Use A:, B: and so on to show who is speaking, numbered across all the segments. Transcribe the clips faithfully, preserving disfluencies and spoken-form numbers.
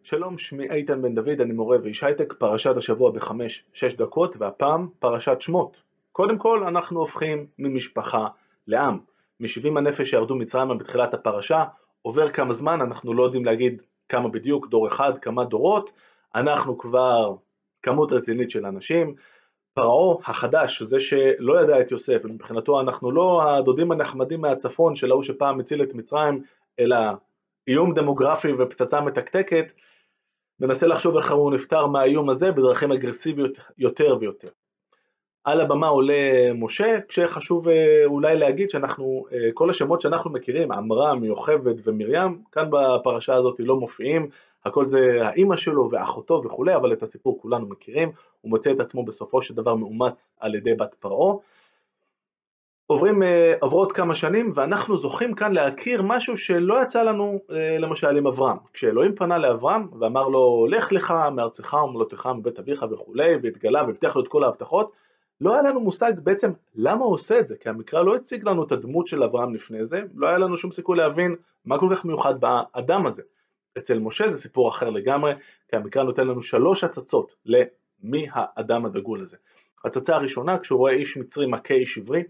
A: שלום, שמי איתן בן דוד, אני מורה ואיש הייטק, פרשת השבוע בחמש שש דקות, והפעם פרשת שמות. קודם כל, אנחנו הופכים ממשפחה לעם. מ-שבעים הנפש שירדו מצרימה בתחילת הפרשה, עובר כמה זמן, אנחנו לא יודעים להגיד כמה בדיוק, דור אחד, כמה דורות, אנחנו כבר כמות רצינית של אנשים. פרעה החדש, זה שלא ידע את יוסף, ומבחינתו אנחנו לא הדודים הנחמדים מהצפון של ההוא שפעם הציל את מצרים, אלא איום דמוגרפי ופצצה מתקתקת, מנסה לחשוב איך הוא נפטר מהאיום הזה בדרכים אגרסיביות יותר ויותר. על הבמה עולה משה, כשחשוב אולי להגיד שאנחנו, כל השמות שאנחנו מכירים, עמרם, יוכבד ומרים, כאן בפרשה הזאת לא מופיעים, הכל זה האמא שלו ואחותו וכולי, אבל את הסיפור כולנו מכירים, הוא מוצא את עצמו בסופו של דבר מאומץ על ידי בת פרעה. עוברים, עוברות כמה שנים, ואנחנו זוכים כאן להכיר משהו שלא יצא לנו, למשל עם אברהם. כשאלוהים פנה לאברהם ואמר לו, לך לך מארצך וממולדתך מבית אביך וכולי, והתגלה והבטיח לו את כל ההבטחות, לא היה לנו מושג בעצם למה הוא עושה את זה, כי המקרא לא הציג לנו את הדמות של אברהם לפני זה, לא היה לנו שום סיכוי להבין מה כל כך מיוחד באדם הזה. אצל משה זה סיפור אחר לגמרי, כי המקרא נותן לנו שלוש הצצות למי האדם הדגול הזה. הצצה הראשונה, כשהוא רואה איש מצרי מכה איש עברי,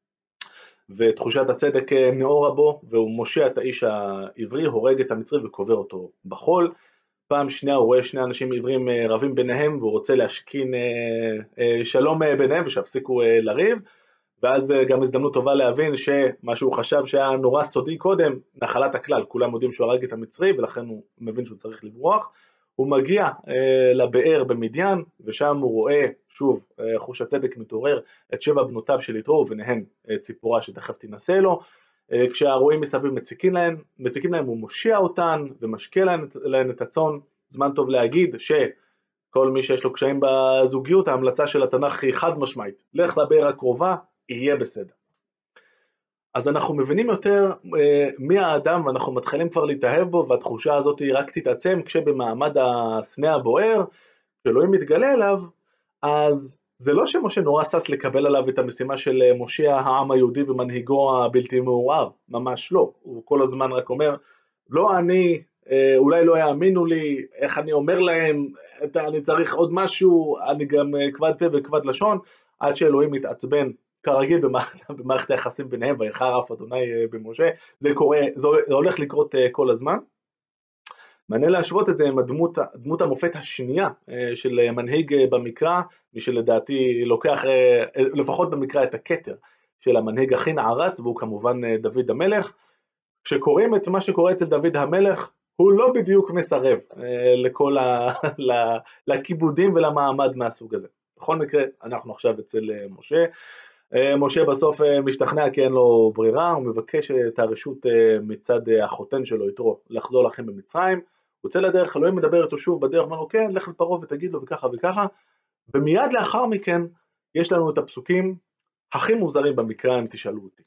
A: ותחושת הצדק נאורה בו, והוא מושיע את האיש העברי, הורג את המצרי וקובר אותו בחול. פעם שנייה הוא רואה שני אנשים עברים רבים ביניהם, והוא רוצה להשכין שלום ביניהם ושהפסיקו לריב, ואז גם הזדמנות טובה להבין שמה שהוא חשב שהיה נורא סודי קודם, נחלת הכלל, כולם יודעים שהוא הרג את המצרי, ולכן הוא מבין שהוא צריך לברוח. הוא מגיע אה, לבאר במדיין, ושם הוא רואה, שוב, אה, חוש הצדק מתעורר, את שבע בנותיו של יתרו, וביניהן אה, ציפורה שתכף תנסה לו. אה, כשהרועים מסביב מציקים להם, מציקים להם, הוא מושיע אותן, ומשקה להם, להם את הצאן. זמן טוב להגיד שכל מי שיש לו קשיים בזוגיות, ההמלצה של התנ"ך היא חד משמעית, לך לבאר הקרובה, יהיה בסדר. אז אנחנו מבינים יותר אה, מי האדם, ואנחנו מתחילים כבר להתאהב בו, והתחושה הזאת היא רק תתעצם כשבמעמד הסנה הבוער, כשאלוהים מתגלה אליו, אז זה לא שמשה נורא סס לקבל עליו את המשימה של מושיע העם היהודי ומנהיגו הבלתי מעורער, ממש לא. הוא כל הזמן רק אומר, לא אני, אה, אולי לא יאמינו לי, איך אני אומר להם, אני צריך עוד משהו, אני גם כבד פה וכבד לשון, עד שאלוהים מתעצבן, כרגיל במערכת היחסים ביניהם, ויחר אף אדוני במשה, זה קורה, זה הולך לקרות כל הזמן. מעניין להשוות את זה עם הדמות, דמות המופת השנייה של מנהיג במקרא, מי שלדעתי לוקח לפחות במקרא את הכתר של המנהיג הכי נערץ, והוא כמובן דוד המלך. כשקוראים את מה שקורה אצל דוד המלך, הוא לא בדיוק מסרב לכל ה... לכיבודים ולמעמד מהסוג הזה. בכל מקרה, אנחנו עכשיו אצל משה, משה בסוף משתכנע כי אין לו ברירה, הוא מבקש את הרשות מצד החותן שלו יתרו לחזור לכם במצרים, הוא יוצא לדרך, אלוהים מדבר איתו שוב בדרך, אומר לו כן, לך לפרעה ותגיד לו וככה וככה, ומיד לאחר מכן יש לנו את הפסוקים הכי מוזרים במקרא אם תשאלו אותי.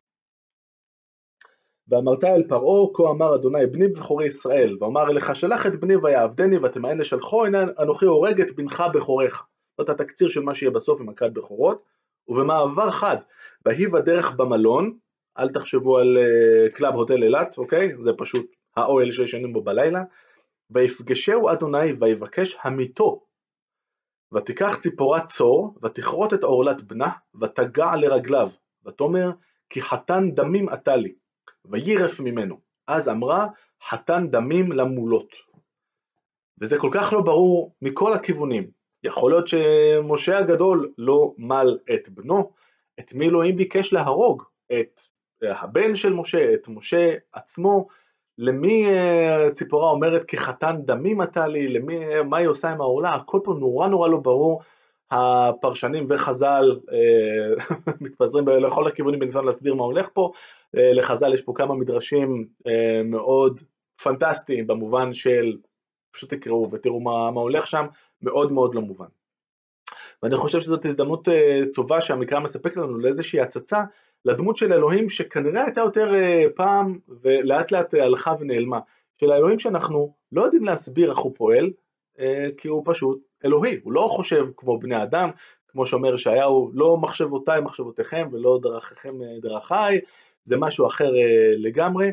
A: ואמרת אל פרעה, כה אמר אדוני בני בכורי ישראל, ואמר אליך שלח את בני ויעבדני ותמאן לשלחו, הנה אנוכי הורג את בנך בכורך. זאת התקציר של מה שיהיה בסוף עם מכת בכורות. ובמעבר חד, ויהי בדרך במלון, אל תחשבו על uh, קלאב הוטל אילת, אוקיי? זה פשוט האוהל שישנים בו בלילה. ויפגשהו אדוני ויבקש המיתו, ותיקח ציפורת צור, ותכרות את עורלת בנה, ותגע לרגליו, ותאמר, כי חתן דמים אתה לי, וירף ממנו. אז אמרה, חתן דמים למולות. וזה כל כך לא ברור מכל הכיוונים. יכול להיות שמשה הגדול לא מל את בנו, את מי אלוהים ביקש להרוג, את הבן של משה, את משה עצמו, למי ציפורה אומרת כי חתן דמים אתה לי, למי, מה היא עושה עם העורלה, הכל פה נורא נורא לא ברור, הפרשנים וחז"ל מתפזרים לכל הכיוונים בניסיון להסביר מה הולך פה, לחז"ל יש פה כמה מדרשים מאוד פנטסטיים במובן של, פשוט תקראו ותראו מה, מה הולך שם, מאוד מאוד לא מובן. ואני חושב שזאת הזדמנות טובה שהמקרא מספק לנו לאיזושהי הצצה לדמות של אלוהים שכנראה הייתה יותר פעם ולאט לאט הלכה ונעלמה, של האלוהים שאנחנו לא יודעים להסביר איך הוא פועל, כי הוא פשוט אלוהי, הוא לא חושב כמו בני אדם, כמו שאומר ישעיהו, לא מחשבותיי מחשבותיכם ולא דרכיכם דרכיי, זה משהו אחר לגמרי,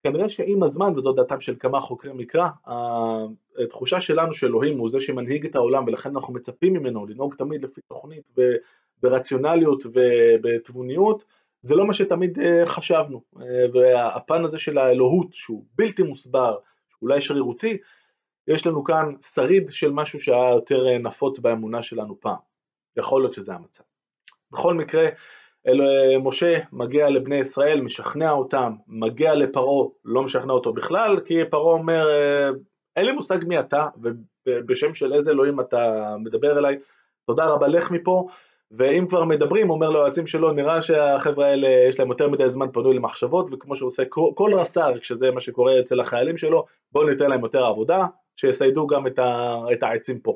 A: כנראה שעם הזמן, וזו דעתם של כמה חוקרי מקרא, התחושה שלנו שאלוהים הוא זה שמנהיג את העולם, ולכן אנחנו מצפים ממנו לנהוג תמיד לפי תוכנית ברציונליות ובתבוניות, זה לא מה שתמיד חשבנו, והפן הזה של האלוהות שהוא בלתי מוסבר, אולי שרירותי, יש לנו כאן שריד של משהו שהיה יותר נפוץ באמונה שלנו פעם, יכול להיות שזה המצב. בכל מקרה, משה מגיע לבני ישראל, משכנע אותם, מגיע לפרעה, לא משכנע אותו בכלל, כי פרעה אומר, אין לי מושג מי אתה, ובשם של איזה אלוהים אתה מדבר אליי, תודה רבה, לך מפה, ואם כבר מדברים, אומר ליועצים שלו, נראה שהחבר'ה האלה יש להם יותר מדי זמן פנוי למחשבות, וכמו שהוא עושה כל רס"ר, כשזה מה שקורה אצל החיילים שלו, בואו ניתן להם יותר עבודה, שיסיידו גם את, ה, את העצים פה.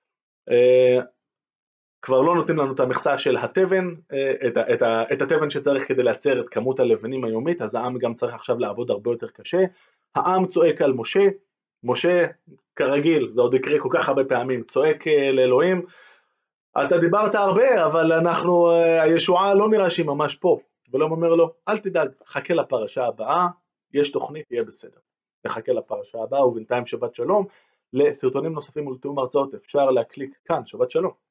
A: כבר לא נותנים לנו את המכסה של התבן, את, ה, את, ה, את התבן שצריך כדי לייצר את כמות הלבנים היומית, אז העם גם צריך עכשיו לעבוד הרבה יותר קשה. העם צועק על משה, משה כרגיל, זה עוד יקרה כל כך הרבה פעמים, צועק לאלוהים, אתה דיברת הרבה, אבל אנחנו, הישועה לא נראה שהיא ממש פה, ולא אומר לו, אל תדאג, חכה לפרשה הבאה, יש תוכנית, יהיה בסדר. נחכה לפרשה הבאה, ובינתיים שבת שלום. לסרטונים נוספים ולתיאום הרצאות אפשר להקליק כאן, שבת שלום.